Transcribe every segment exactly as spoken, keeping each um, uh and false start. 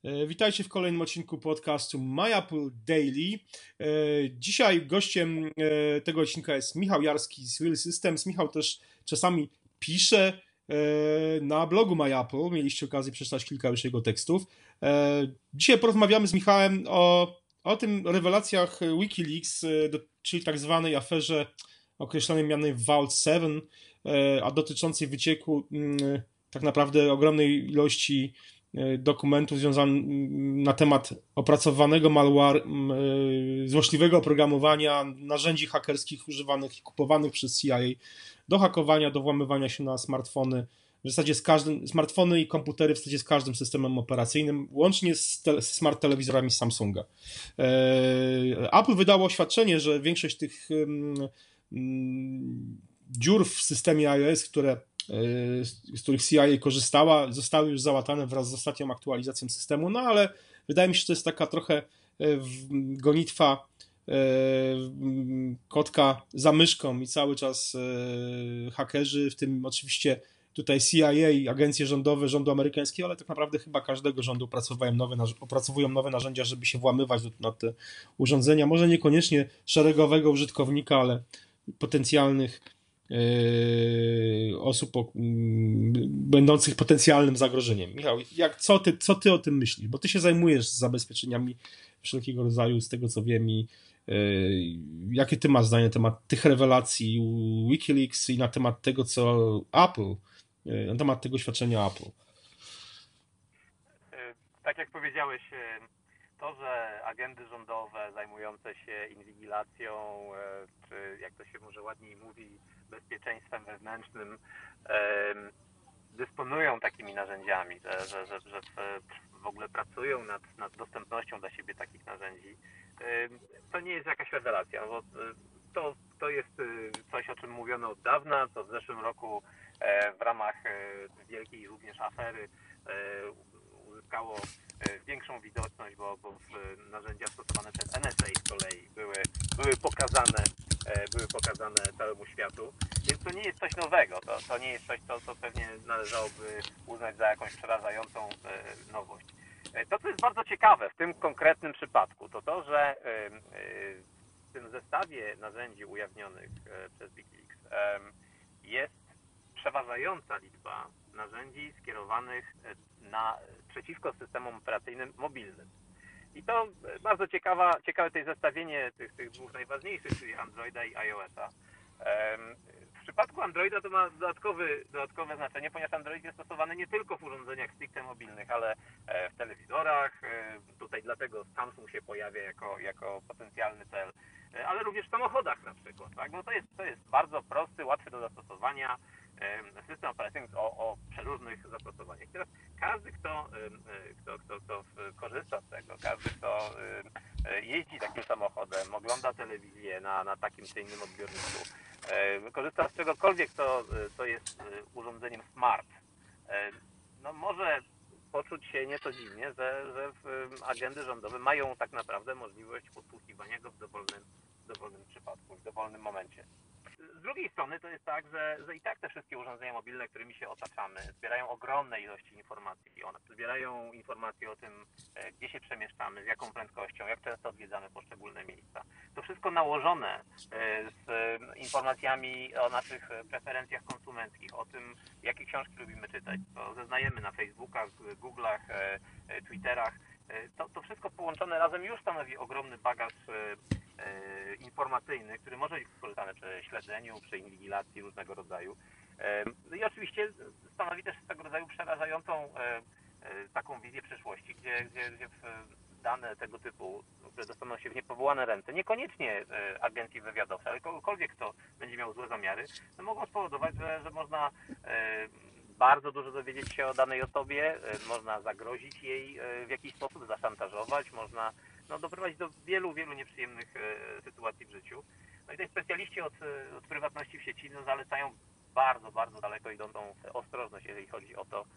E, Witajcie w kolejnym odcinku podcastu My Apple Daily. E, Dzisiaj gościem e, tego odcinka jest Michał Jarski z Wheel Systems. Michał też czasami pisze e, na blogu My Apple. Mieliście okazję przeczytać kilka już jego tekstów. E, Dzisiaj porozmawiamy z Michałem o, o tym rewelacjach Wikileaks, e, do, czyli tak zwanej aferze określonej mianem Vault siedem, e, a dotyczącej wycieku m, tak naprawdę ogromnej ilości dokumentów związanych na temat opracowanego malware, złośliwego oprogramowania, narzędzi hakerskich używanych i kupowanych przez C I A do hakowania, do włamywania się na smartfony, w zasadzie z każdym, smartfony i komputery w zasadzie z każdym systemem operacyjnym, łącznie z, te, z smart telewizorami Samsunga. Apple wydało oświadczenie, że większość tych um, dziur w systemie iOS, które z których C I A korzystała, zostały już załatane wraz z ostatnią aktualizacją systemu, no ale wydaje mi się, że to jest taka trochę gonitwa kotka za myszką i cały czas hakerzy, w tym oczywiście tutaj C I A, agencje rządowe, rządu amerykańskiego, ale tak naprawdę chyba każdego rządu opracowują nowe, opracowują nowe narzędzia, żeby się włamywać na te urządzenia, może niekoniecznie szeregowego użytkownika, ale potencjalnych osób o, będących potencjalnym zagrożeniem. Michał, jak, co, ty, co ty o tym myślisz? Bo ty się zajmujesz zabezpieczeniami wszelkiego rodzaju, z tego co wiem, i yy, jakie ty masz zdanie na temat tych rewelacji Wikileaks i na temat tego, co Apple, yy, na temat tego świadczenia Apple? Tak jak powiedziałeś, to, że agendy rządowe zajmujące się inwigilacją, czy jak to się może ładniej mówi, bezpieczeństwem wewnętrznym, dysponują takimi narzędziami, że, że, że, że w ogóle pracują nad, nad dostępnością dla siebie takich narzędzi, to nie jest jakaś rewelacja, bo to, to jest coś, o czym mówiono od dawna, co w zeszłym roku w ramach wielkiej również afery uzyskało większą widoczność, bo, bo narzędzia stosowane przez N S A z kolei były, były pokazane były pokazane całemu światu, więc to nie jest coś nowego, to, to nie jest coś, co, co pewnie należałoby uznać za jakąś przerażającą nowość. To, co jest bardzo ciekawe w tym konkretnym przypadku, to to, że w tym zestawie narzędzi ujawnionych przez Wikileaks jest przeważająca liczba narzędzi skierowanych na, przeciwko systemom operacyjnym mobilnym. I to bardzo ciekawa, ciekawe to jest zestawienie tych, tych dwóch najważniejszych, czyli Androida i iOS-a. W przypadku Androida to ma dodatkowy, dodatkowe znaczenie, ponieważ Android jest stosowany nie tylko w urządzeniach stricte mobilnych, ale w telewizorach. Tutaj dlatego Samsung się pojawia jako, jako potencjalny cel, ale również w samochodach na przykład. Tak? No to jest, to jest bardzo prosty, łatwy do zastosowania system operacyjny o, o przeróżnych zastosowaniach. Teraz każdy, kto, kto, kto, kto korzysta z tego, każdy, kto jeździ takim samochodem, ogląda telewizję na, na takim czy innym odbiorniku, korzysta z czegokolwiek, co, co jest urządzeniem smart, no może poczuć się nieco dziwnie, że, że agendy rządowe mają tak naprawdę możliwość podsłuchiwania go w dowolnym, w dowolnym przypadku, w dowolnym momencie. Z drugiej strony to jest tak, że, że i tak te wszystkie urządzenia mobilne, którymi się otaczamy, zbierają ogromne ilości informacji. One zbierają informacje o tym, gdzie się przemieszczamy, z jaką prędkością, jak często odwiedzamy poszczególne miejsca. To wszystko nałożone z informacjami o naszych preferencjach konsumenckich, o tym, jakie książki lubimy czytać, co zeznajemy na Facebookach, Google'ach, Twitterach. To, to wszystko połączone razem już stanowi ogromny bagaż informacyjny, który może być wykorzystany przy śledzeniu, przy inwigilacji różnego rodzaju. No i oczywiście stanowi też tego rodzaju przerażającą taką wizję przyszłości, gdzie, gdzie, gdzie dane tego typu, które dostaną się w niepowołane ręce, niekoniecznie agencji wywiadowczej, ale kogokolwiek, kto będzie miał złe zamiary, no mogą spowodować, że, że można bardzo dużo dowiedzieć się o danej osobie, można zagrozić jej w jakiś sposób, zaszantażować, można no, doprowadzić do wielu, wielu nieprzyjemnych sytuacji w życiu. No i tutaj specjaliści od, od prywatności w sieci no, zalecają bardzo, bardzo daleko idącą ostrożność, jeżeli chodzi o to,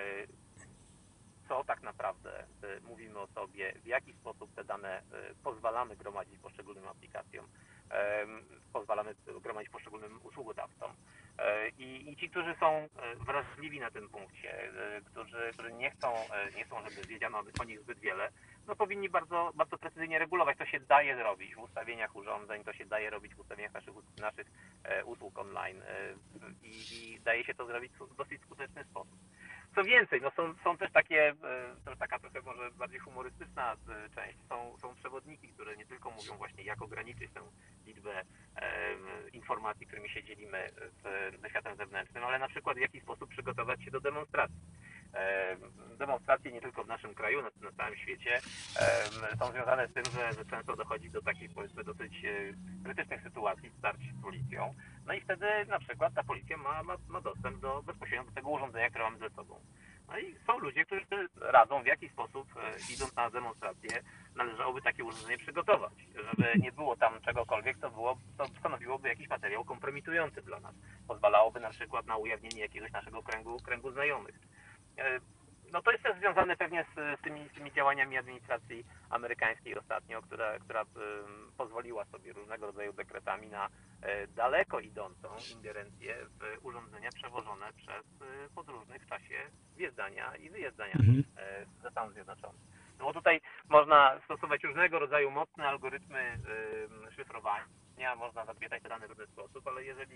co tak naprawdę mówimy o sobie, w jaki sposób te dane pozwalamy gromadzić poszczególnym aplikacjom, pozwalamy gromadzić poszczególnym usługodawcom. I, i ci, którzy są wrażliwi na tym punkcie, którzy, którzy nie chcą, nie chcą, żeby wiedziano o nich zbyt wiele, no powinni bardzo, bardzo precyzyjnie regulować. To się daje zrobić w ustawieniach urządzeń, to się daje robić w ustawieniach naszych, naszych usług online i, i daje się to zrobić w dosyć skuteczny sposób. Co więcej, no są, są też takie, to taka trochę może bardziej humorystyczna część, są, są przewodniki, które nie tylko mówią właśnie, jak ograniczyć tę liczbę e, informacji, którymi się dzielimy z, ze światem zewnętrznym, ale na przykład w jaki sposób przygotować się do demonstracji. E, demonstracje nie tylko w naszym kraju, na, na całym świecie e, są związane z tym, że, że często dochodzi do takich, powiedzmy, dosyć e, krytycznych sytuacji, starć z policją. No i wtedy na przykład ta policja ma, ma, ma dostęp do, bezpośrednio do tego urządzenia, które mamy ze sobą. No i są ludzie, którzy radzą, w jaki sposób, e, idąc na demonstrację, należałoby takie urządzenie przygotować, żeby nie było tam czegokolwiek, co, było, co stanowiłoby jakiś materiał kompromitujący dla nas. Pozwalałoby na przykład na ujawnienie jakiegoś naszego kręgu, kręgu znajomych. E, No to jest też związane pewnie z, z, tymi, z tymi działaniami administracji amerykańskiej ostatnio, która, która y, pozwoliła sobie różnego rodzaju dekretami na y, daleko idącą ingerencję w urządzenia przewożone przez y, podróżnych w czasie wjeżdżania i wyjeżdżania mhm. y, ze Stanów Zjednoczonych. No bo tutaj można stosować różnego rodzaju mocne algorytmy y, szyfrowania, można zabierać te dane w różny sposób, ale jeżeli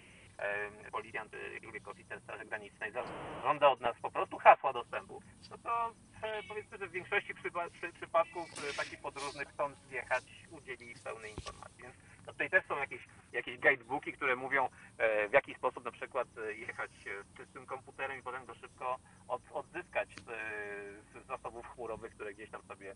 policjant, jakikolwiek oficer Straży Granicznej żąda od nas po prostu hasła dostępu, no to powiedzmy, że w większości przypa przy, przypadków takich podróżnych chcąc zjechać udzieli pełnej informacji. Więc no tutaj też są jakieś, jakieś guidebooki, które mówią w jaki sposób na przykład jechać z tym komputerem i potem go szybko od, odzyskać z, z zasobów chmurowych, które gdzieś tam sobie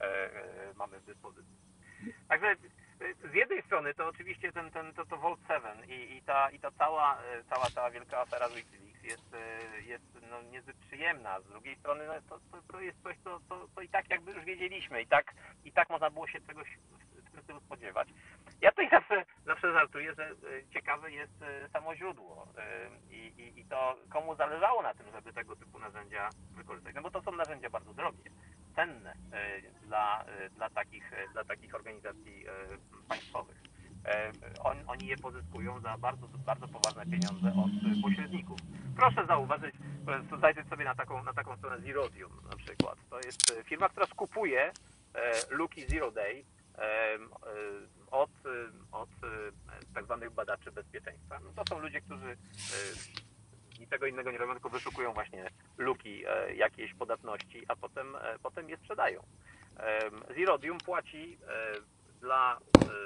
mamy w dyspozycji. Także z jednej strony to oczywiście ten, ten, to, to Vault siedem i, i, ta, i ta cała, cała ta wielka afera z Wikileaks jest, jest no, niezbyt przyjemna. Z drugiej strony no, to, to, to jest coś, co, co, co i tak jakby już wiedzieliśmy i tak, i tak można było się czegoś w tym stylu spodziewać. Ja tutaj zawsze, zawsze żartuję, że ciekawe jest samo źródło i, i, i to komu zależało na tym, żeby tego typu narzędzia wykorzystać. No bo to są narzędzia bardzo drogie, cenne dla, dla, takich, dla takich organizacji państwowych. On, oni je pozyskują za bardzo, bardzo poważne pieniądze od pośredników. Proszę zauważyć, zajrzeć sobie na taką, na taką stronę Zerodium na przykład. To jest firma, która skupuje luki Zero Day od, od tak zwanych badaczy bezpieczeństwa. No to są ludzie, którzy niczego innego nie robią, tylko wyszukują właśnie luki jakiejś podatności, a potem, potem je sprzedają. Zerodium płaci dla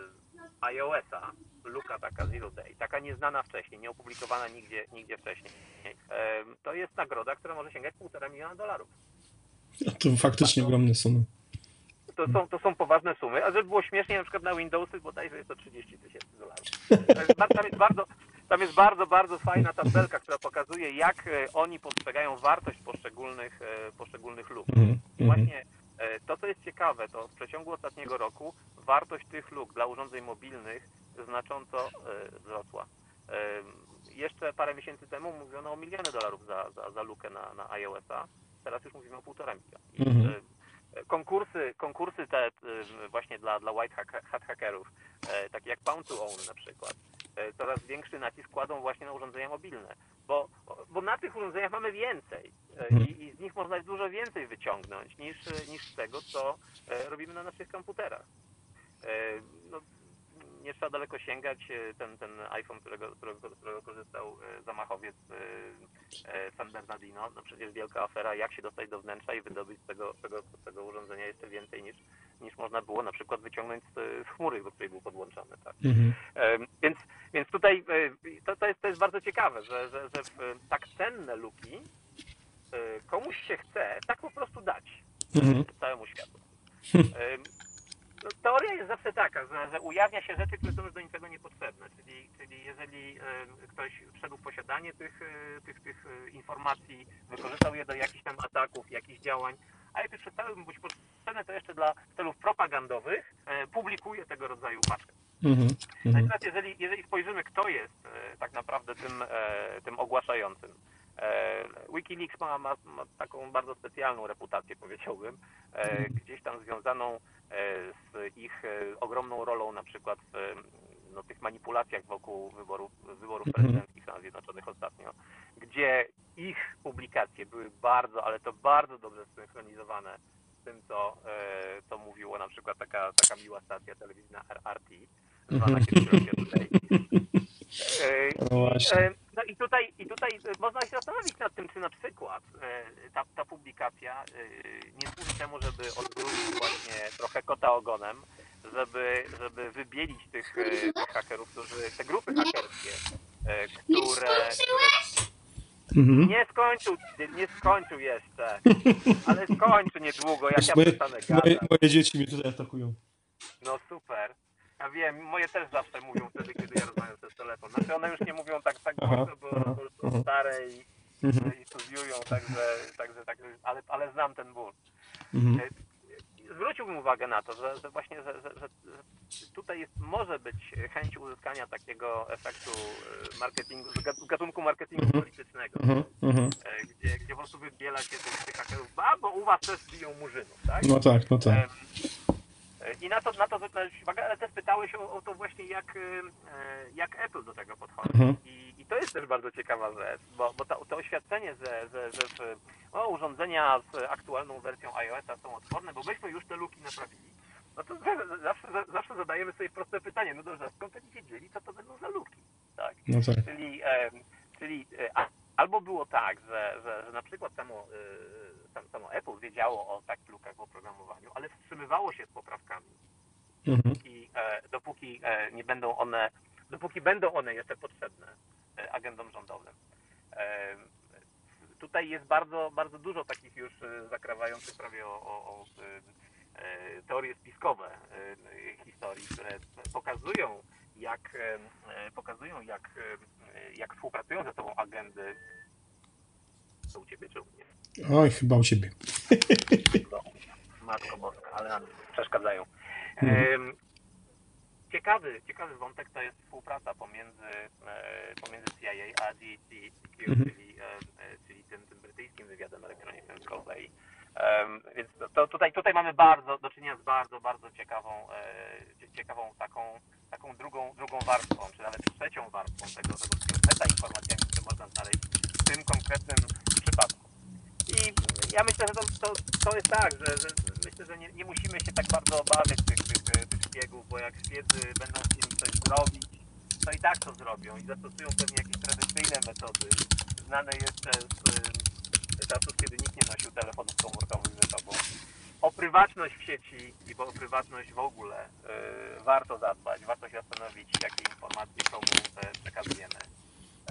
iOS-a luka taka Zero Day, taka nieznana wcześniej, nieopublikowana nigdzie, nigdzie wcześniej. To jest nagroda, która może sięgać półtora miliona dolarów. No to faktycznie to, ogromne sumy. To są, to są poważne sumy, a żeby było śmiesznie, na przykład na Windowsy bodajże jest to trzydzieści tysięcy dolarów. Tam jest bardzo, tam jest bardzo, bardzo fajna tabelka, która pokazuje, jak oni postrzegają wartość poszczególnych, poszczególnych luk. I właśnie to, co jest ciekawe, to w przeciągu ostatniego roku wartość tych luk dla urządzeń mobilnych znacząco wzrosła. Jeszcze parę miesięcy temu mówiono o miliony dolarów za, za, za lukę na, na iOS-a, teraz już mówimy o półtora miliona. Mhm. Konkursy, konkursy te właśnie dla, dla white hat hackerów, takie jak Pound to Own na przykład, coraz większy nacisk kładą właśnie na urządzenia mobilne, bo, bo na tych urządzeniach mamy więcej i, i z nich można dużo więcej wyciągnąć niż, niż z tego, co robimy na naszych komputerach. No, nie trzeba daleko sięgać, ten, ten iPhone, którego, którego, którego korzystał zamachowiec San Bernardino, no przecież wielka afera, jak się dostać do wnętrza i wydobyć z tego, tego, tego urządzenia jeszcze więcej niż, niż można było na przykład wyciągnąć z, z chmury, do której był podłączony. Tak? Mhm. Więc, więc tutaj to, to, jest, to jest bardzo ciekawe, że, że, że w tak cenne luki komuś się chce tak po prostu dać mhm. całemu światu. No, teoria jest zawsze taka, że, że ujawnia się rzeczy, które są już do niczego niepotrzebne, czyli, czyli jeżeli e, ktoś wszedł w posiadanie tych, e, tych, tych informacji, wykorzystał je do jakichś tam ataków, jakichś działań, a jak już przestały być potrzebne, to jeszcze dla celów propagandowych e, publikuje tego rodzaju paczkę. Mm-hmm. No i teraz jeżeli, jeżeli spojrzymy, kto jest e, tak naprawdę tym, e, tym ogłaszającym, Wikileaks ma, ma, ma taką bardzo specjalną reputację, powiedziałbym, gdzieś tam związaną z ich ogromną rolą na przykład w no, tych manipulacjach wokół wyborów, wyborów prezydenckich w Stanach Zjednoczonych ostatnio, gdzie ich publikacje były bardzo, ale to bardzo dobrze zsynchronizowane z tym, co, co mówiło na przykład taka, taka miła stacja telewizyjna R T, zwana kiedyś Russia Today. No I, no i tutaj, i tutaj można się zastanowić nad tym, czy na przykład ta, ta publikacja nie służy temu, żeby odwrócić właśnie trochę kota ogonem, żeby, żeby wybielić tych, tych hakerów, którzy, te grupy hakerskie, które, które Mhm. nie skończył, nie skończył jeszcze, ale skończy niedługo, jak ja moje, przestanę moje, gadać. moje dzieci mnie tutaj atakują. No super. Ja wiem, moje też zawsze mówią wtedy, kiedy ja rozmawiam przez telefon. Znaczy one już nie mówią tak, tak głośno, bo aha, po prostu aha. stare i, Mhm. i studiują, także, także, także ale, ale znam ten ból. Mhm. Zwróciłbym uwagę na to, że, że właśnie, że, że, że tutaj jest, może być chęć uzyskania takiego efektu marketingu, gatunku marketingu Mhm. politycznego, Mhm. Mhm. gdzie, gdzie po prostu wybiela się tych, tych hakerów, a bo u was też biją murzynów, tak? No tak, no tak. I na to, na to zwróciłeś uwagę, ale też pytałeś o, o to właśnie, jak, jak Apple do tego podchodzi. Mhm. I, I to jest też bardzo ciekawa rzecz, bo, bo to, to oświadczenie, że, że, że w, o, urządzenia z aktualną wersją iOS-a są odporne, bo myśmy już te luki naprawili, no to zawsze, zawsze zadajemy sobie proste pytanie, no dobrze, skąd oni wiedzieli, co to będą za luki, tak? No tak. Czyli, e, czyli a, albo było tak, że, że, że na przykład samo, y, samo Apple wiedziało o takich lukach w oprogramowaniu, ale wstrzymywało się z poprawkami. Mhm. Dopóki, e, dopóki e, nie będą one, dopóki będą one jeszcze potrzebne e, agendom rządowym. E, tutaj jest bardzo, bardzo dużo takich już e, zakrawających prawie o, o, o e, teorie spiskowe e, historii, które pokazują, jak e, pokazują, jak, e, jak współpracują ze sobą agendy. To u ciebie czy u mnie? Oj, chyba u ciebie. No, Matko Boska, ale nam przeszkadzają. Mhm. Ciekawy, ciekawy wątek to jest współpraca pomiędzy, pomiędzy C I A a D H C Q, Mhm. czyli, czyli tym, tym brytyjskim wywiadem elektronicznym z kolei. Więc to tutaj, tutaj mamy bardzo do czynienia z bardzo, bardzo ciekawą, ciekawą taką, taką drugą, drugą warstwą, czy nawet trzecią warstwą tego, tego metainformacjami, które można znaleźć w tym konkretnym przypadku. I ja myślę, że to, to, to jest tak, że, że myślę, że nie, nie musimy się tak bardzo obawiać tych, tych, tych szpiegów, bo jak szpiedzy będą chcieli coś zrobić, to i tak to zrobią i zastosują pewnie jakieś tradycyjne metody, znane jeszcze z czasów, kiedy nikt nie nosił telefonów komórkowych ze sobą. O prywatność w sieci i o prywatność w ogóle yy, warto zadbać, warto się zastanowić, jakie informacje komu yy, przekazujemy. Yy,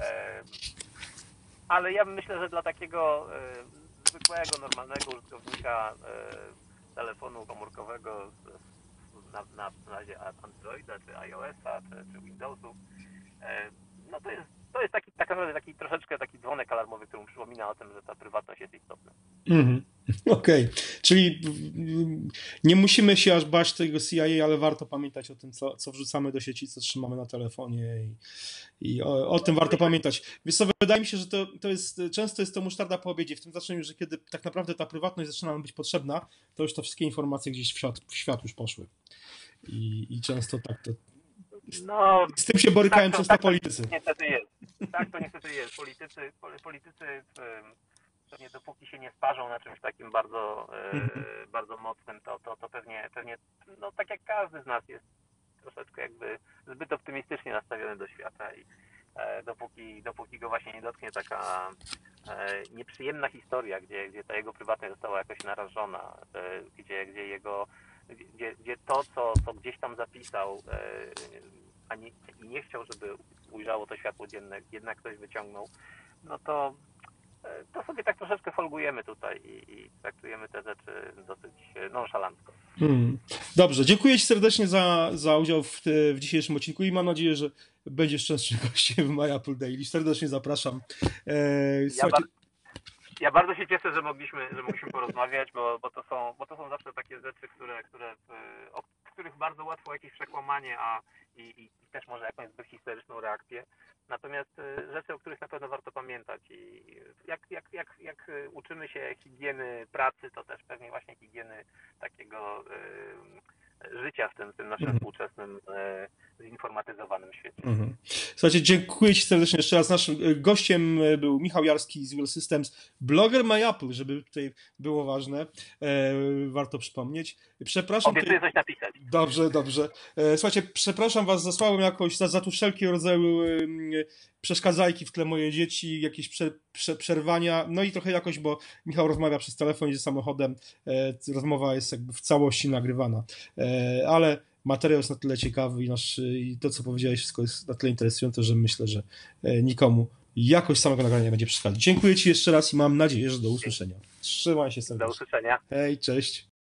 ale ja myślę, że dla takiego yy, zwykłego, normalnego użytkownika yy, telefonu komórkowego z, na, na razie Androida, czy iOS-a, czy, czy Windowsów, yy, no to jest, to jest taki, tak naprawdę taki troszeczkę taki dzwonek alarmowy, który przypomina o tym, że ta prywatność jest istotna. Mhm. Okej, okay. Czyli nie musimy się aż bać tego C I A, ale warto pamiętać o tym, co, co wrzucamy do sieci, co trzymamy na telefonie i, i o, o tym warto pamiętać. Wiesz co, wydaje mi się, że to, to jest, często jest to musztarda po obiedzie, w tym znaczeniu, że kiedy tak naprawdę ta prywatność zaczyna nam być potrzebna, to już te wszystkie informacje gdzieś w świat, w świat już poszły. I, i często tak to... No, z tym się borykają tak to, często tak politycy. To niestety jest. Tak to niestety jest. Politycy, politycy pewnie dopóki się nie sparzą na czymś takim bardzo, e, bardzo mocnym, to, to, to pewnie, pewnie, no tak jak każdy z nas jest troszeczkę jakby zbyt optymistycznie nastawiony do świata i e, dopóki, dopóki go właśnie nie dotknie taka e, nieprzyjemna historia, gdzie, gdzie ta jego prywatność została jakoś narażona, e, gdzie, gdzie jego, gdzie, gdzie to, co, co gdzieś tam zapisał, e, a nie, i nie chciał, żeby ujrzało to światło dzienne, jednak ktoś wyciągnął, no to to sobie tak troszeczkę folgujemy tutaj i, i traktujemy te rzeczy dosyć nonszalancko. Hmm. Dobrze, dziękuję Ci serdecznie za, za udział w, w dzisiejszym odcinku i mam nadzieję, że będziesz częstszym gościem w My Apple Daily. Serdecznie zapraszam. E, ja, bar- ja bardzo się cieszę, że mogliśmy, że mogliśmy porozmawiać, bo, bo, to są, bo to są zawsze takie rzeczy, które, które, o których bardzo łatwo jakieś przekłamanie, a i, i też może jakąś zbyt historyczną reakcję. Natomiast rzeczy, o których na pewno warto pamiętać i jak, jak, jak, jak uczymy się higieny pracy, to też pewnie właśnie higieny takiego y, życia w tym, w tym naszym współczesnym, y, zinformatyzowanym świecie. Mhm. Słuchajcie, dziękuję Ci serdecznie jeszcze raz. Naszym gościem był Michał Jarski z Will Systems, bloger MyApple, żeby tutaj było ważne. E, warto przypomnieć. Przepraszam. Obiecuję coś napisać. Dobrze, dobrze. E, słuchajcie, przepraszam Was, zasłałem jakoś za, za tu wszelkie rodzaju e, przeszkadzajki w tle moje dzieci, jakieś prze, prze, przerwania, no i trochę jakoś, bo Michał rozmawia przez telefon, jedzie samochodem, e, rozmowa jest jakby w całości nagrywana, e, ale materiał jest na tyle ciekawy i, nasz, i to, co powiedziałeś, wszystko jest na tyle interesujące, że myślę, że nikomu jakość samego nagrania nie będzie przeszkadzać. Dziękuję Ci jeszcze raz i mam nadzieję, że do usłyszenia. Trzymaj się serdecznie. Do usłyszenia. Hej, cześć.